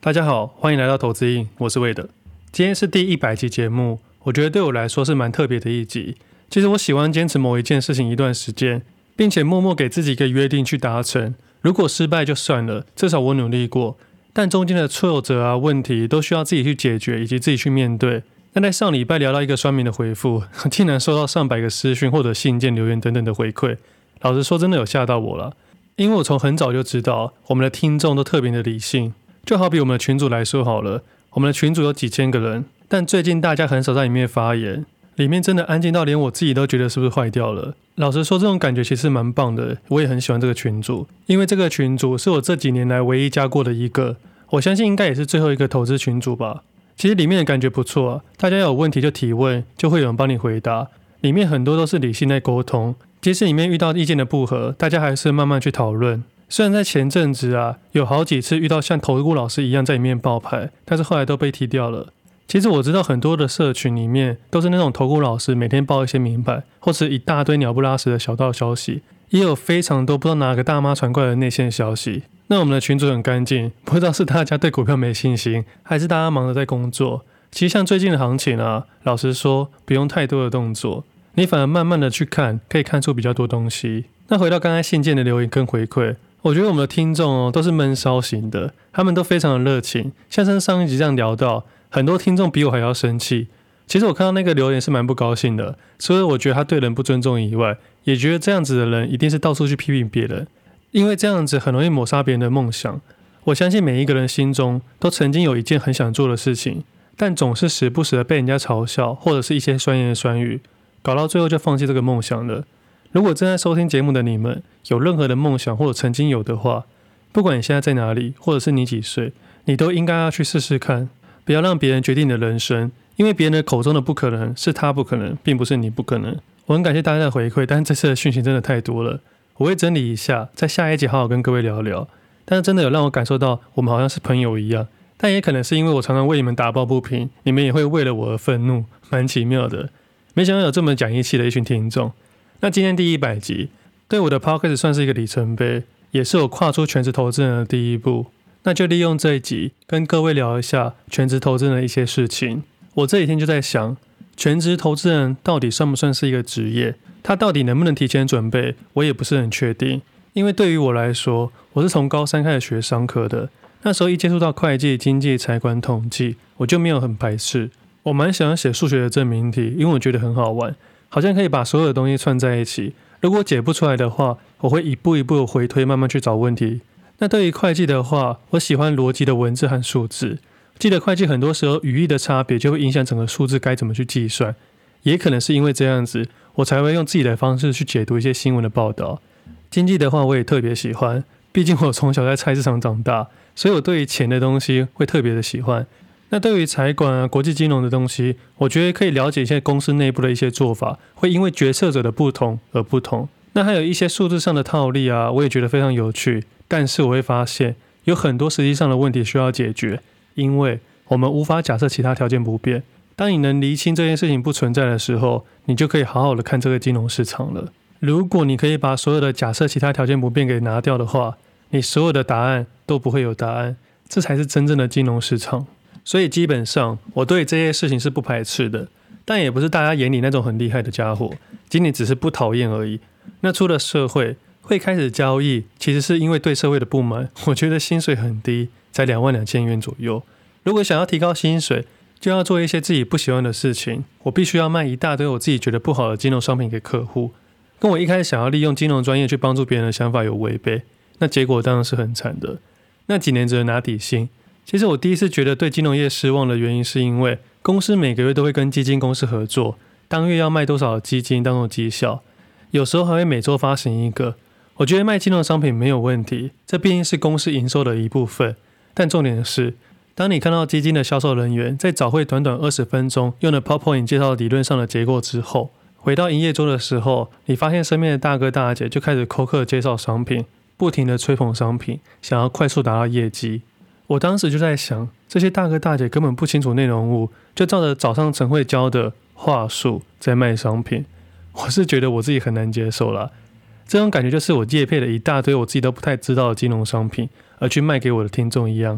大家好，欢迎来到投资印，我是魏德。今天是第100集节目，我觉得对我来说是蛮特别的一集。其实我喜欢坚持某一件事情一段时间，并且默默给自己一个约定去达成。如果失败就算了，至少我努力过。但中间的挫折啊、问题都需要自己去解决，以及自己去面对。那在上礼拜聊到一个酸民的回复，竟然收到上百个私讯或者信件、留言等等的回馈。老实说，真的有吓到我了，因为我从很早就知道，我们的听众都特别的理性。就好比我们的群组来说好了，我们的群组有几千个人，但最近大家很少在里面发言，里面真的安静到连我自己都觉得是不是坏掉了。老实说，这种感觉其实蛮棒的，我也很喜欢这个群组，因为这个群组是我这几年来唯一加过的一个，我相信应该也是最后一个投资群组吧。其实里面的感觉不错啊，大家有问题就提问，就会有人帮你回答，里面很多都是理性在沟通，即使里面遇到意见的不合，大家还是慢慢去讨论。虽然在前阵子啊，有好几次遇到像投顾老师一样在里面爆牌，但是后来都被踢掉了。其实我知道很多的社群里面都是那种投顾老师每天报一些名牌，或是一大堆鸟不拉屎的小道消息，也有非常多不知道哪个大妈传过来的内线消息。那我们的群组很干净，不知道是大家对股票没信心，还是大家忙着在工作。其实像最近的行情啊，老实说不用太多的动作，你反而慢慢的去看，可以看出比较多东西。那回到刚才信件的留言跟回馈，我觉得我们的听众都是闷骚型的，他们都非常的热情。像上一集这样聊到，很多听众比我还要生气。其实我看到那个留言是蛮不高兴的，除了我觉得他对人不尊重以外，也觉得这样子的人一定是到处去批评别人，因为这样子很容易抹杀别人的梦想。我相信每一个人心中都曾经有一件很想做的事情，但总是时不时的被人家嘲笑，或者是一些酸言酸语，搞到最后就放弃这个梦想了。如果正在收听节目的你们有任何的梦想或者曾经有的话，不管你现在在哪里，或者是你几岁，你都应该要去试试看，不要让别人决定你的人生，因为别人的口中的不可能是他不可能，并不是你不可能。我很感谢大家的回馈，但这次的讯息真的太多了，我会整理一下，在下一集好好跟各位聊聊。但是真的有让我感受到我们好像是朋友一样，但也可能是因为我常常为你们打抱不平，你们也会为了我而愤怒，蛮奇妙的。没想到有这么讲义气的一群听众。那今天第100集对我的 podcast 算是一个里程碑，也是我跨出全职投资人的第一步。那就利用这一集跟各位聊一下全职投资人的一些事情。我这几天就在想，全职投资人到底算不算是一个职业？他到底能不能提前准备？我也不是很确定。因为对于我来说，我是从高3开始学商科的，那时候一接触到会计、经济、财管、统计，我就没有很排斥。我蛮喜欢写数学的证明题，因为我觉得很好玩，好像可以把所有的东西串在一起。如果解不出来的话，我会一步一步的回推，慢慢去找问题。那对于会计的话，我喜欢逻辑的文字和数字。记得会计很多时候语义的差别就会影响整个数字该怎么去计算，也可能是因为这样子，我才会用自己的方式去解读一些新闻的报道。经济的话，我也特别喜欢，毕竟我从小在菜市场长大，所以我对于钱的东西会特别的喜欢。那对于财管啊、国际金融的东西，我觉得可以了解一些公司内部的一些做法，会因为决策者的不同而不同。那还有一些数字上的套利啊，我也觉得非常有趣。但是我会发现，有很多实际上的问题需要解决，因为我们无法假设其他条件不变。当你能厘清这件事情不存在的时候，你就可以好好的看这个金融市场了。如果你可以把所有的假设其他条件不变给拿掉的话，你所有的答案都不会有答案，这才是真正的金融市场。所以基本上我对这些事情是不排斥的，但也不是大家眼里那种很厉害的家伙，仅仅只是不讨厌而已。那出了社会会开始交易，其实是因为对社会的不满。我觉得薪水很低，才22000元左右。如果想要提高薪水，就要做一些自己不喜欢的事情。我必须要卖一大堆我自己觉得不好的金融商品给客户，跟我一开始想要利用金融专业去帮助别人的想法有违背。那结果当然是很惨的。那几年只能拿底薪。其实我第一次觉得对金融业失望的原因，是因为公司每个月都会跟基金公司合作，当月要卖多少的基金当做绩效，有时候还会每周发行一个。我觉得卖金融商品没有问题，这毕竟是公司营收的一部分。但重点是，当你看到基金的销售人员在早会短短20分钟用了 PowerPoint 介绍理论上的结构之后，回到营业桌的时候，你发现身边的大哥大姐就开始口渴介绍商品，不停的吹捧商品，想要快速达到业绩。我当时就在想，这些大哥大姐根本不清楚内容物，就照着早上晨会教的话术在卖商品。我是觉得我自己很难接受啦，这种感觉就是我业配了一大堆我自己都不太知道的金融商品，而去卖给我的听众一样。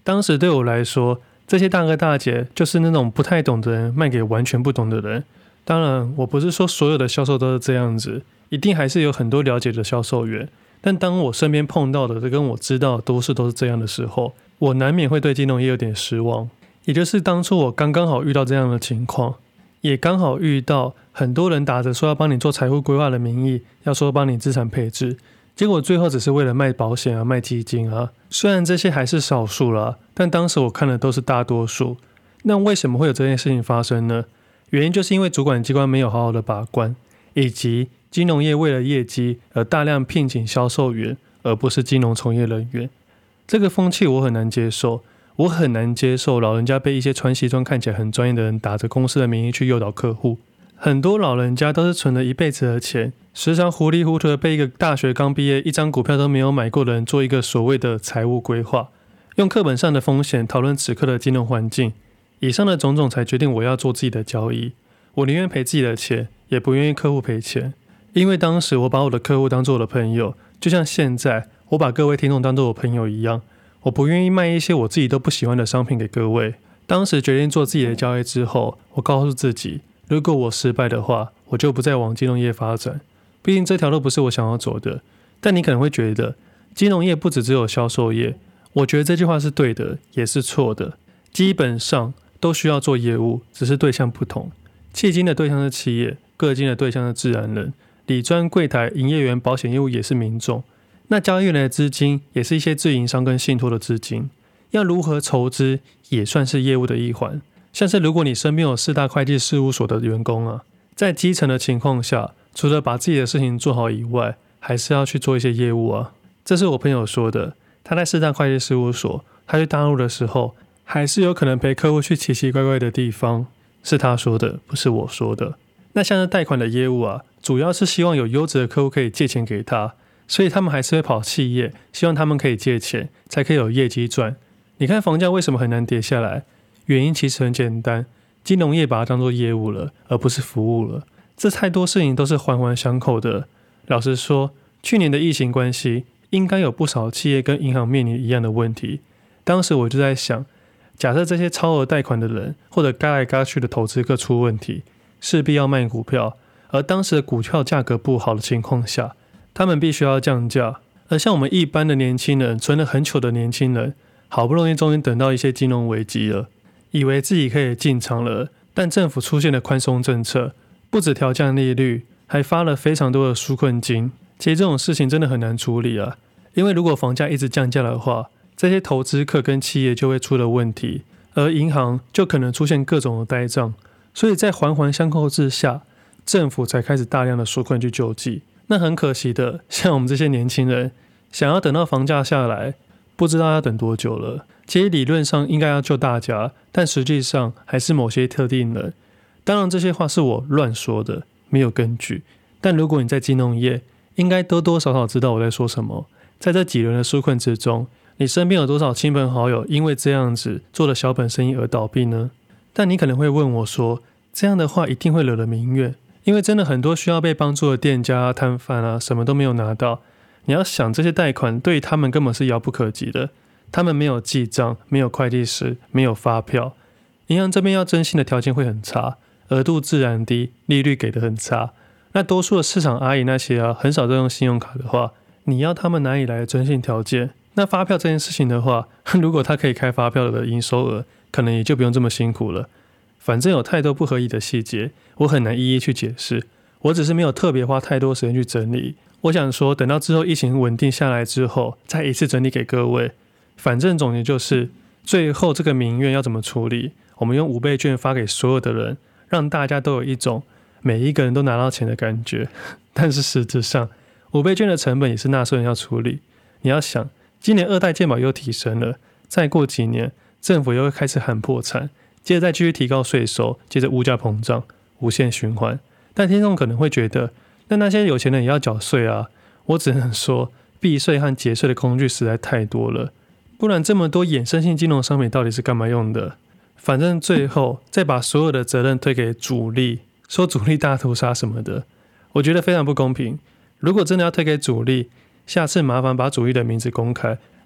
当时对我来说，这些大哥大姐就是那种不太懂的人卖给完全不懂的人。当然，我不是说所有的销售都是这样子，一定还是有很多了解的销售员。但当我身边碰到的跟我知道的都是这样的时候，我难免会对金融业有点失望。也就是当初我刚好遇到这样的情况，也刚好遇到很多人打着说要帮你做财务规划的名义，要说帮你资产配置，结果最后只是为了卖保险啊、卖基金啊。虽然这些还是少数啦，但当时我看的都是大多数。那为什么会有这件事情发生呢？原因就是因为主管机关没有好好的把关，以及金融业为了业绩而大量聘请销售员，而不是金融从业人员。这个风气我很难接受。我很难接受老人家被一些穿西装看起来很专业的人打着公司的名义去诱导客户。很多老人家都是存了一辈子的钱，时常糊里糊涂的被一个大学刚毕业、一张股票都没有买过的人做一个所谓的财务规划，用课本上的风险讨论此刻的金融环境。以上的种种才决定我要做自己的交易。我宁愿赔自己的钱，也不愿意客户赔钱。因为当时我把我的客户当作我的朋友，就像现在我把各位听众当作我朋友一样。我不愿意卖一些我自己都不喜欢的商品给各位。当时决定做自己的交易之后，我告诉自己，如果我失败的话，我就不再往金融业发展。毕竟这条路不是我想要走的。但你可能会觉得，金融业不只有销售业。我觉得这句话是对的，也是错的。基本上都需要做业务，只是对象不同。企金的对象是企业，个金的对象是自然人，理专、柜台、营业员、保险业务也是民众。那交易员的资金也是一些自营商跟信托的资金，要如何筹资也算是业务的一环。像是如果你身边有4大会计事务所的员工啊，在基层的情况下，除了把自己的事情做好以外，还是要去做一些业务啊。这是我朋友说的，他在4大会计事务所，他去大陆的时候，还是有可能陪客户去奇奇怪怪的地方，是他说的，不是我说的。那像是贷款的业务啊，主要是希望有优质的客户可以借钱给他。所以他们还是会跑企业，希望他们可以借钱，才可以有业绩赚。你看房价为什么很难跌下来？原因其实很简单，金融业把它当作业务了，而不是服务了。这太多事情都是环环相扣的。老实说，去年的疫情关系，应该有不少企业跟银行面临一样的问题。当时我就在想，假设这些超额贷款的人，或者嘎来嘎去的投资客出问题，势必要卖股票，而当时的股票价格不好的情况下，他们必须要降价。而像我们一般的年轻人，存了很久的年轻人，好不容易终于等到一些金融危机了，以为自己可以进场了，但政府出现了宽松政策，不止调降利率，还发了非常多的纾困金。其实这种事情真的很难处理啊，因为如果房价一直降价的话，这些投资客跟企业就会出了问题，而银行就可能出现各种的呆账。所以在环环相扣之下，政府才开始大量的纾困去救济。那很可惜的，像我们这些年轻人，想要等到房价下来，不知道要等多久了。其实理论上应该要救大家，但实际上还是某些特定人。当然这些话是我乱说的，没有根据。但如果你在金融业，应该多多少少知道我在说什么。在这几轮的纾困之中，你身边有多少亲朋好友因为这样子做了小本生意而倒闭呢？但你可能会问我说，这样的话一定会惹了民怨。因为真的很多需要被帮助的店家啊、摊贩啊，什么都没有拿到。你要想，这些贷款对于他们根本是遥不可及的。他们没有记账，没有会计师，没有发票，银行这边要征信的条件会很差，额度自然低，利率给的很差。那多数的市场阿姨那些啊，很少在用信用卡的话，你要他们哪里来的征信条件？那发票这件事情的话，如果他可以开发票的营收额，可能也就不用这么辛苦了。反正有太多不合理的细节，我很难一一去解释。我只是没有特别花太多时间去整理。我想说，等到之后疫情稳定下来之后，再一次整理给各位。反正总结就是，最后这个民怨要怎么处理？我们用5倍券发给所有的人，让大家都有一种每一个人都拿到钱的感觉。但是实质上，5倍券的成本也是纳税人要处理。你要想，今年2代健保又提升了，再过几年，政府又会开始喊破产。接着再继续提高税收，接着物价膨胀，无限循环。但听众可能会觉得，那些有钱人也要缴税啊。我只能说，避税和节税的工具实在太多了，不然这么多衍生性金融商品到底是干嘛用的？反正最后再把所有的责任推给主力，说主力大屠杀什么的，我觉得非常不公平。如果真的要推给主力，下次麻烦把主力的名字公开，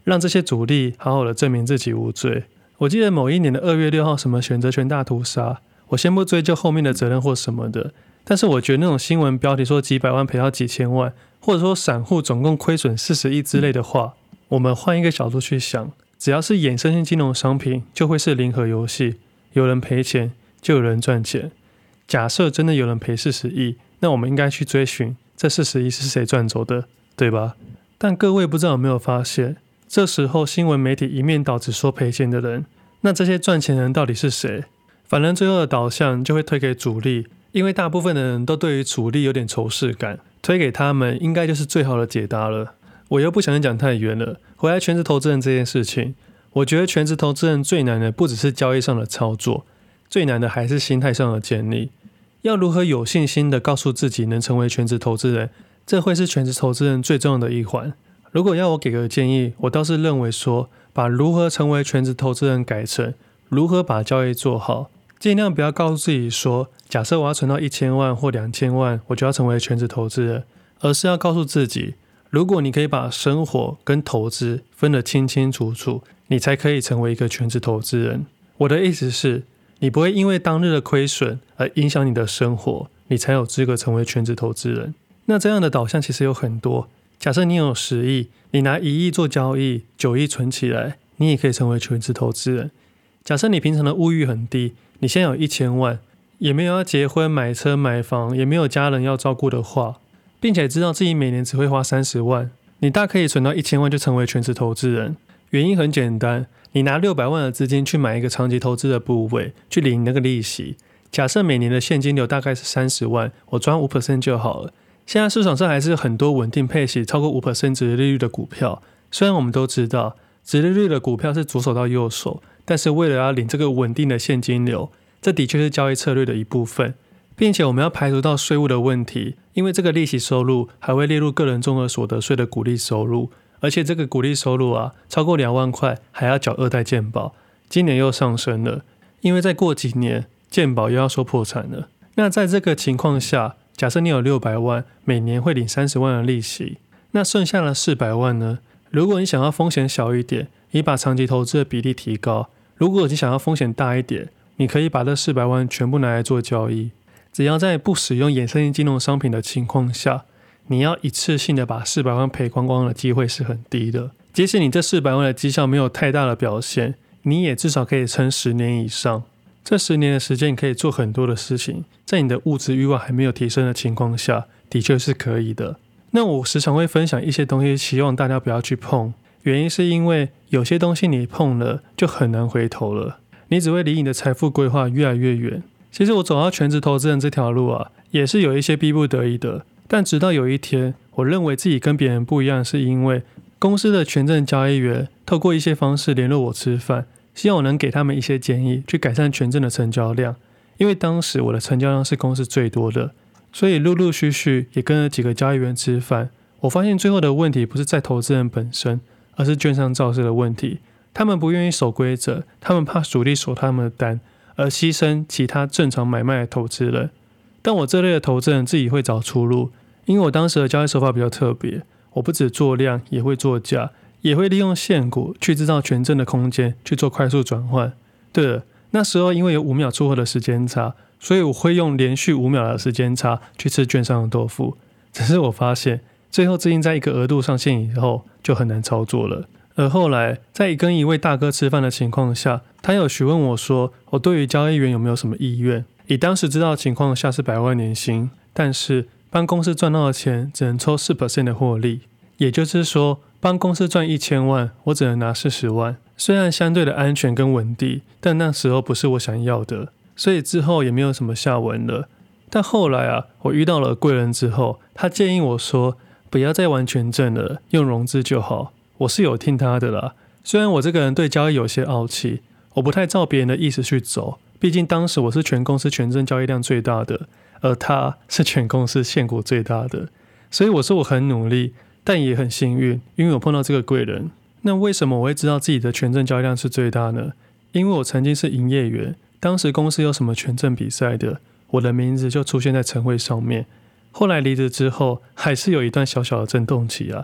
让这些主力好好的证明自己无罪。我记得某一年的2月6号什么选择权大屠杀，我先不追究后面的责任或什么的，但是我觉得那种新闻标题说几百万赔到几千万，或者说散户总共亏损40亿之类的话，我们换一个角度去想，只要是衍生性金融商品就会是零和游戏，有人赔钱就有人赚钱。假设真的有人赔40亿，那我们应该去追寻这40亿是谁赚走的，对吧？但各位不知道有没有发现，这时候新闻媒体一面倒只说赔钱的人，那这些赚钱的人到底是谁？反正最后的导向就会推给主力，因为大部分的人都对于主力有点仇视感，推给他们应该就是最好的解答了。我又不想讲太远了，回来全职投资人这件事情，我觉得全职投资人最难的不只是交易上的操作，最难的还是心态上的建立。要如何有信心的告诉自己能成为全职投资人，这会是全职投资人最重要的一环。如果要我给个建议，我倒是认为说，把如何成为全职投资人改成如何把交易做好，尽量不要告诉自己说，假设我要存到1000万或2000万，我就要成为全职投资人，而是要告诉自己，如果你可以把生活跟投资分得清清楚楚，你才可以成为一个全职投资人。我的意思是，你不会因为当日的亏损而影响你的生活，你才有资格成为全职投资人。那这样的导向其实有很多，假设你有10亿，你拿1亿做交易，9亿存起来，你也可以成为全职投资人。假设你平常的物欲很低，你现在有1000万，也没有要结婚买车买房，也没有家人要照顾的话，并且知道自己每年只会花30万，你大可以存到1000万就成为全职投资人。原因很简单，你拿600万的资金去买一个长期投资的部位，去领那个利息，假设每年的现金流大概是30万，我赚 5% 就好了。现在市场上还是很多稳定配息超过 5% 殖利率的股票，虽然我们都知道殖利率的股票是左手到右手，但是为了要领这个稳定的现金流，这的确是交易策略的一部分，并且我们要排除到税务的问题，因为这个利息收入还会列入个人综合所得税的股利收入，而且这个股利收入超过2万块还要缴2代健保，今年又上升了，因为再过几年健保又要说破产了。那在这个情况下，假设你有600万，每年会领30万的利息，那剩下的400万呢？如果你想要风险小一点，你把长期投资的比例提高；如果你想要风险大一点，你可以把这400万全部拿来做交易。只要在不使用衍生性金融商品的情况下，你要一次性的把400万赔光光的机会是很低的。即使你这400万的绩效没有太大的表现，你也至少可以撑10年以上。这10年的时间，你可以做很多的事情，在你的物质欲望还没有提升的情况下，的确是可以的。那我时常会分享一些东西，希望大家不要去碰，原因是因为有些东西你碰了就很难回头了，你只会离你的财富规划越来越远。其实我走到全职投资人这条路也是有一些逼不得已的，但直到有一天，我认为自己跟别人不一样，是因为公司的权证交易员透过一些方式联络我吃饭，希望我能给他们一些建议，去改善权证的成交量。因为当时我的成交量是公司最多的，所以陆陆续续也跟了几个交易员吃饭。我发现最后的问题不是在投资人本身，而是券商造势的问题。他们不愿意守规则，他们怕主力锁他们的单，而牺牲其他正常买卖的投资人。但我这类的投资人自己会找出路，因为我当时的交易手法比较特别，我不只做量，也会做价，也会利用现股去制造权证的空间，去做快速转换。对了，那时候因为有5秒出货的时间差，所以我会用连续5秒的时间差去吃券商的豆腐。只是我发现，最后资金在一个额度上限以后，就很难操作了。而后来，在跟一位大哥吃饭的情况下，他有询问我说，我对于交易员有没有什么意愿？以当时知道的情况下是100万年薪，但是帮公司赚到的钱只能抽 4% 的获利，也就是说，帮公司赚1000万，我只能拿40万。虽然相对的安全跟稳定，但那时候不是我想要的，所以之后也没有什么下文了。但后来我遇到了贵人之后，他建议我说，不要再玩权证了，用融资就好。我是有听他的啦，虽然我这个人对交易有些傲气，我不太照别人的意思去走，毕竟当时我是全公司权证交易量最大的，而他是全公司现股最大的，所以我说我很努力，但也很幸运，因为我碰到这个贵人。那为什么我会知道自己的权证交易量是最大呢？因为我曾经是营业员，当时公司有什么权证比赛的，我的名字就出现在晨会上面。后来离职之后，还是有一段小小的阵痛期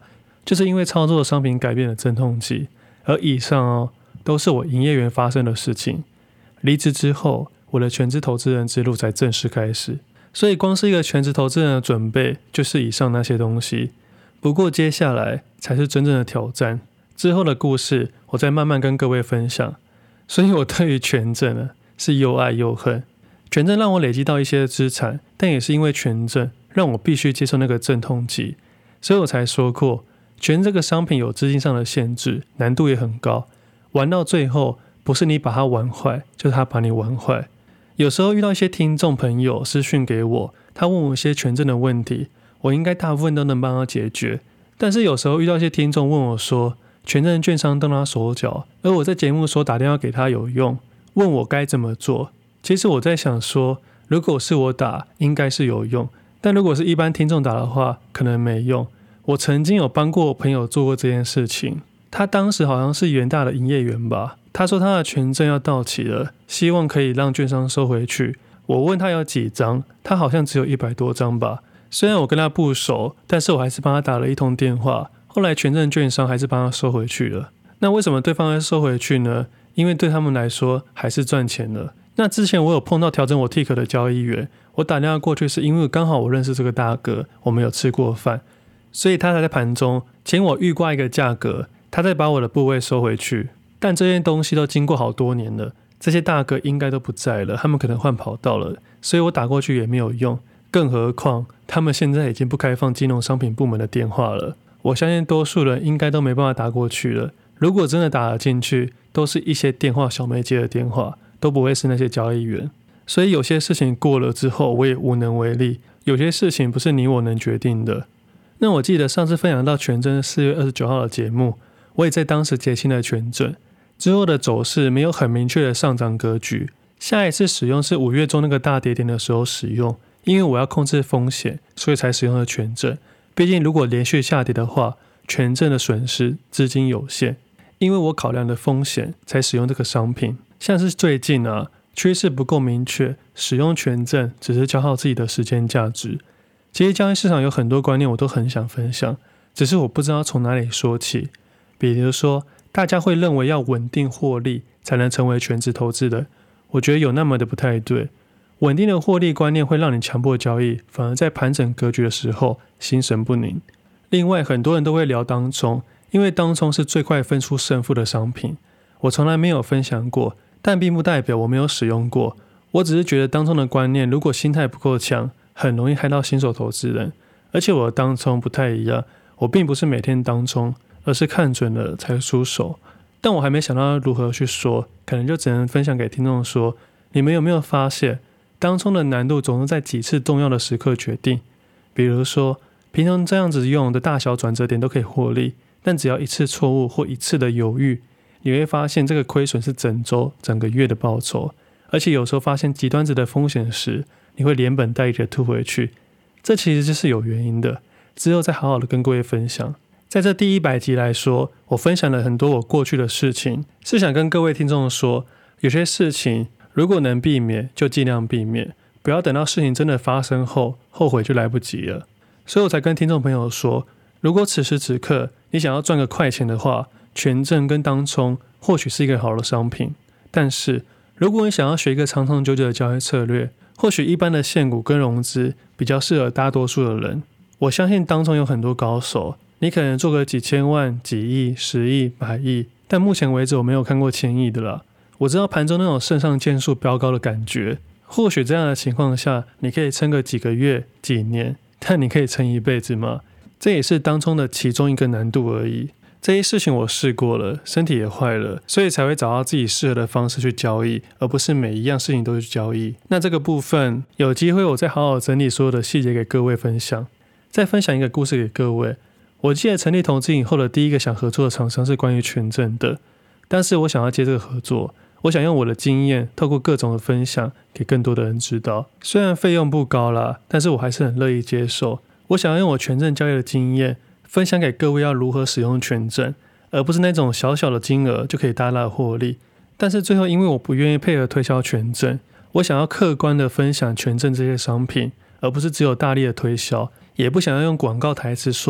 就是因为操作的商品改变了阵痛期。而以上都是我营业员发生的事情。离职之后，我的全职投资人之路才正式开始。所以光是一个全职投资人的准备，就是以上那些东西。不过接下来才是真正的挑战，之后的故事我再慢慢跟各位分享。所以我对于权证是又爱又恨。权证让我累积到一些资产，但也是因为权证让我必须接受那个阵痛期。所以我才说过，权证这个商品有资金上的限制，难度也很高。玩到最后，不是你把它玩坏，就是它把你玩坏。有时候遇到一些听众朋友私讯给我，他问我一些权证的问题，我应该大部分都能帮他解决。但是有时候遇到一些听众问我说，权证券商动他手脚，而我在节目说打电话给他有用，问我该怎么做。其实我在想说，如果是我打，应该是有用，但如果是一般听众打的话，可能没用。我曾经有帮过我朋友做过这件事情，他当时好像是元大的营业员吧，他说他的权证要到期了，希望可以让券商收回去。我问他有几张，他好像只有100多张吧。虽然我跟他不熟，但是我还是帮他打了一通电话，后来权证券商还是帮他收回去了。那为什么对方会收回去呢？因为对他们来说还是赚钱了。那之前我有碰到调整我 tick 的交易员，我打电话过去是因为刚好我认识这个大哥，我们有吃过饭，所以他才在盘中请我预挂一个价格，他再把我的部位收回去。但这些东西都经过好多年了，这些大哥应该都不在了，他们可能换跑道了，所以我打过去也没有用。更何况他们现在已经不开放金融商品部门的电话了，我相信多数人应该都没办法打过去了。如果真的打了进去，都是一些电话小妹接的电话，都不会是那些交易员。所以有些事情过了之后，我也无能为力，有些事情不是你我能决定的。那我记得上次分享到权证4月29号的节目，我也在当时结清了权证，之后的走势没有很明确的上涨格局，下一次使用是5月中那个大跌点的时候使用，因为我要控制风险，所以才使用了权证。毕竟如果连续下跌的话，权证的损失资金有限，因为我考量的风险才使用这个商品。像是最近趋势不够明确，使用权证只是消耗自己的时间价值。其实交易市场有很多观念我都很想分享，只是我不知道从哪里说起。比如说大家会认为要稳定获利才能成为全职投资人，我觉得有那么的不太对。稳定的获利观念会让你强迫交易，反而在盘整格局的时候心神不宁。另外很多人都会聊当冲，因为当冲是最快分出胜负的商品，我从来没有分享过，但并不代表我没有使用过。我只是觉得当冲的观念如果心态不够强，很容易害到新手投资人。而且我的当冲不太一样，我并不是每天当冲，而是看准了才出手。但我还没想到如何去说，可能就只能分享给听众说，你们有没有发现当冲的难度总是在几次重要的时刻决定。比如说平常这样子用的大小转折点都可以获利，但只要一次错误或一次的犹豫，你会发现这个亏损是整周整个月的报酬。而且有时候发现极端值的风险时，你会连本带利的吐回去，这其实就是有原因的，之后再好好的跟各位分享。在这第100集来说，我分享了很多我过去的事情，是想跟各位听众说，有些事情如果能避免就尽量避免，不要等到事情真的发生后后悔就来不及了。所以我才跟听众朋友说，如果此时此刻你想要赚个快钱的话，权证跟当冲或许是一个好的商品，但是如果你想要学一个长长久久的交易策略，或许一般的现股跟融资比较适合大多数的人。我相信当中有很多高手，你可能做个几千万、几亿、10亿、100亿，但目前为止我没有看过1000亿的啦。我知道盘中那种肾上腺素飙高的感觉，或许这样的情况下你可以撑个几个月、几年，但你可以撑一辈子吗？这也是当冲的其中一个难度而已。这些事情我试过了，身体也坏了，所以才会找到自己适合的方式去交易，而不是每一样事情都去交易。那这个部分有机会我再好好整理所有的细节给各位分享。再分享一个故事给各位，我记得成立投资以后的第一个想合作的厂商是关于权证的，但是我想要接这个合作，我想用我的经验透过各种的分享给更多的人知道。虽然费用不高啦，但是我还是很乐意接受。我想要用我权证交易的经验分享给各位要如何使用权证，而不是那种小小的金额就可以大大的获利。但是最后因为我不愿意配合推销权证，我想要客观的分享权证这些商品，而不是只有大力的推销，也不想要用广告台词说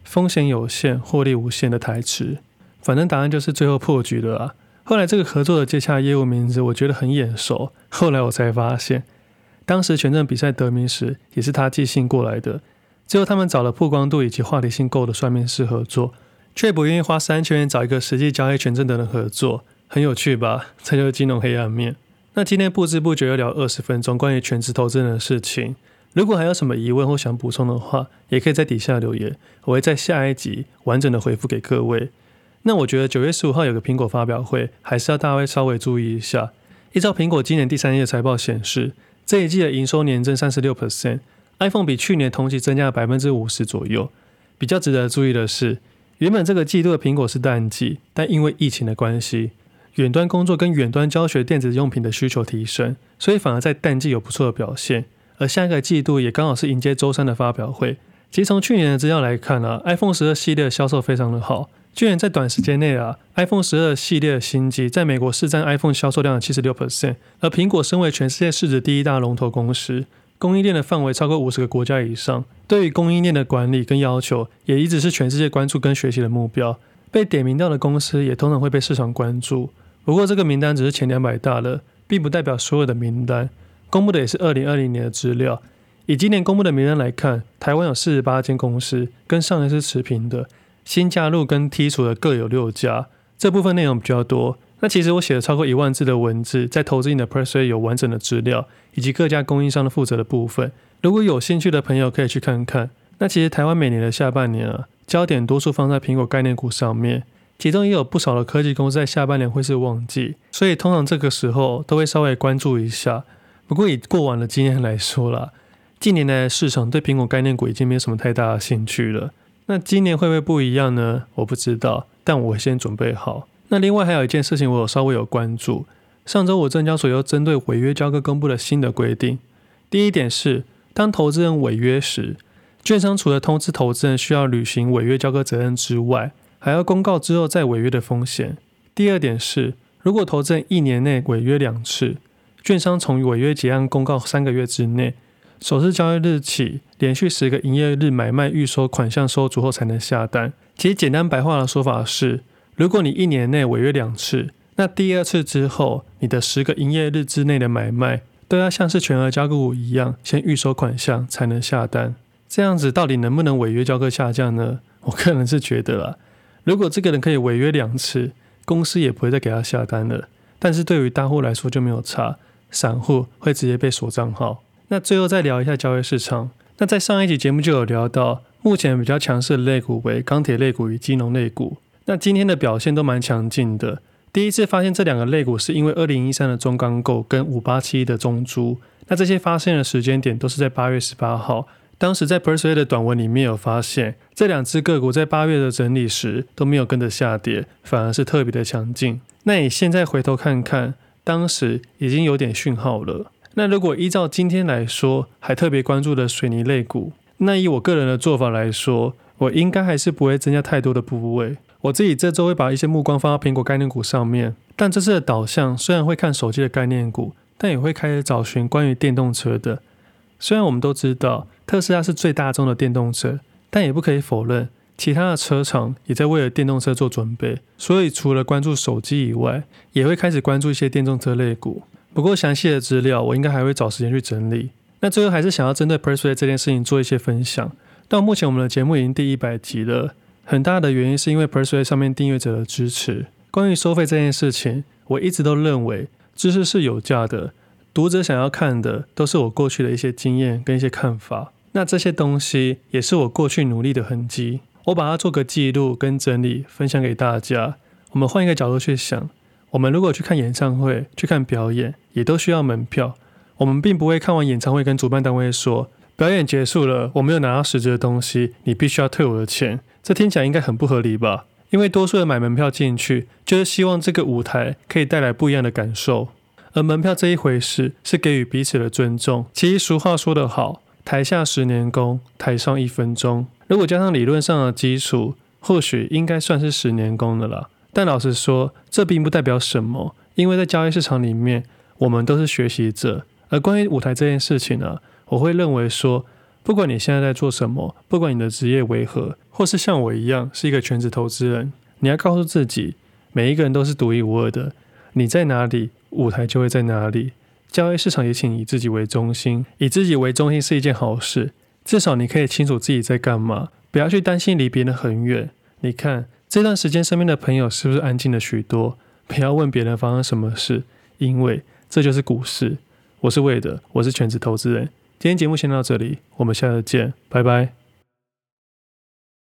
风险有限，获利无限的台词。反正答案就是最后破局了啊。后来这个合作的接洽业务名字我觉得很眼熟，后来我才发现，当时权证比赛得名时也是他寄信过来的。最后他们找了曝光度以及话题性够的算命师合作，却不愿意花3000元找一个实际交易权证的人合作，很有趣吧？这就是金融黑暗面。那今天不知不觉又聊20分钟关于全职投资人的事情，如果还有什么疑问或想补充的话，也可以在底下留言，我会在下一集完整的回复给各位。那我觉得9月15号有个苹果发表会，还是要大家稍微注意一下。依照苹果今年第3季的财报显示，这一季的营收年增 36%，iPhone 比去年同期增加了 50% 左右。比较值得注意的是，原本这个季度的苹果是淡季，但因为疫情的关系，远端工作跟远端教学电子用品的需求提升，所以反而在淡季有不错的表现。而下一个季度也刚好是迎接周3的发表会。其实从去年的资料来看iPhone 12系列的销售非常的好，居然在短时间内iPhone 12系列的新机在美国市占 iPhone 销售量的 76%， 而苹果身为全世界市值第1大龙头公司，供应链的范围超过50个国家以上，对于供应链的管理跟要求也一直是全世界关注跟学习的目标。被点名到的公司也通常会被市场关注，不过这个名单只是前200大的，并不代表所有的名单，公布的也是2020年的资料。以今年公布的名单来看，台湾有48间公司，跟上一次持平的，新加入跟剔除的各有6家，这部分内容比较多。那其实我写了超过1万字的文字，在投资你的 Persuade 有完整的资料，以及各家供应商的负责的部分。如果有兴趣的朋友可以去看看。那其实台湾每年的下半年焦点多数放在苹果概念股上面，其中也有不少的科技公司在下半年会是旺季，所以通常这个时候都会稍微关注一下。不过以过往的经验来说啦，近年来的市场对苹果概念股已经没有什么太大的兴趣了。那今年会不会不一样呢？我不知道，但我会先准备好。那另外还有一件事情我有稍微有关注，上周我证交所又针对违约交割公布了新的规定。第一点是，当投资人违约时，券商除了通知投资人需要履行违约交割责任之外，还要公告之后再违约的风险。第二点是，如果投资人1年内违约2次，券商从违约结案公告3个月之内，首次交易日起连续10个营业日买卖预收款项收足后才能下单。其实简单白话的说法是，如果你1年内违约2次，那第2次之后，你的10个营业日之内的买卖都要像是全额交割股一样，先预收款项才能下单。这样子到底能不能违约交割下降呢？我个人是觉得如果这个人可以违约2次，公司也不会再给他下单了。但是对于大户来说就没有差，散户会直接被锁账号。那最后再聊一下交易市场。那在上一集节目就有聊到，目前比较强势的类股为钢铁类股与金融类股。那今天的表现都蛮强劲的。第一次发现这2个类股是因为2013的中钢构跟5871的中租。那这些发现的时间点都是在8月18号。当时在 Persuade 的短文里面有发现，这2只个股在8月的整理时都没有跟着下跌，反而是特别的强劲。那你现在回头看看，当时已经有点讯号了。那如果依照今天来说，还特别关注的水泥类股，那以我个人的做法来说，我应该还是不会增加太多的部位。我自己这周会把一些目光放到苹果概念股上面，但这次的导向虽然会看手机的概念股，但也会开始找寻关于电动车的。虽然我们都知道特斯拉是最大宗的电动车，但也不可以否认其他的车厂也在为了电动车做准备，所以除了关注手机以外，也会开始关注一些电动车类股。不过详细的资料我应该还会找时间去整理。那最后还是想要针对 Persuade 这件事情做一些分享。到目前我们的节目已经第100集了，很大的原因是因为 Persuade 上面订阅者的支持。关于收费这件事情，我一直都认为知识是有价的，读者想要看的都是我过去的一些经验跟一些看法，那这些东西也是我过去努力的痕迹，我把它做个记录跟整理分享给大家。我们换一个角度去想，我们如果去看演唱会去看表演也都需要门票，我们并不会看完演唱会跟主办单位说表演结束了，我没有拿到实质的东西，你必须要退我的钱。这听起来应该很不合理吧？因为多数人买门票进去就是希望这个舞台可以带来不一样的感受，而门票这一回事是给予彼此的尊重。其实俗话说得好，台下10年功，台上1分钟。如果加上理论上的基础，或许应该算是10年功的啦。但老实说，这并不代表什么，因为在交易市场里面，我们都是学习者。而关于舞台这件事情我会认为说， 不管你现在在做什么，不管你的职业为何，或是像我一样是一个全职投资人，你要告诉自己，每一个人都是独一无二的，你在哪里，舞台就会在哪里。交易市场也请以自己为中心，以自己为中心是一件好事，至少你可以清楚自己在干嘛，不要去担心离别人很远。你看这段时间身边的朋友是不是安静了许多？不要问别人发生什么事，因为这就是股市。我是魏德，我是全职投资人。今天节目先到这里，我们下次见，拜拜。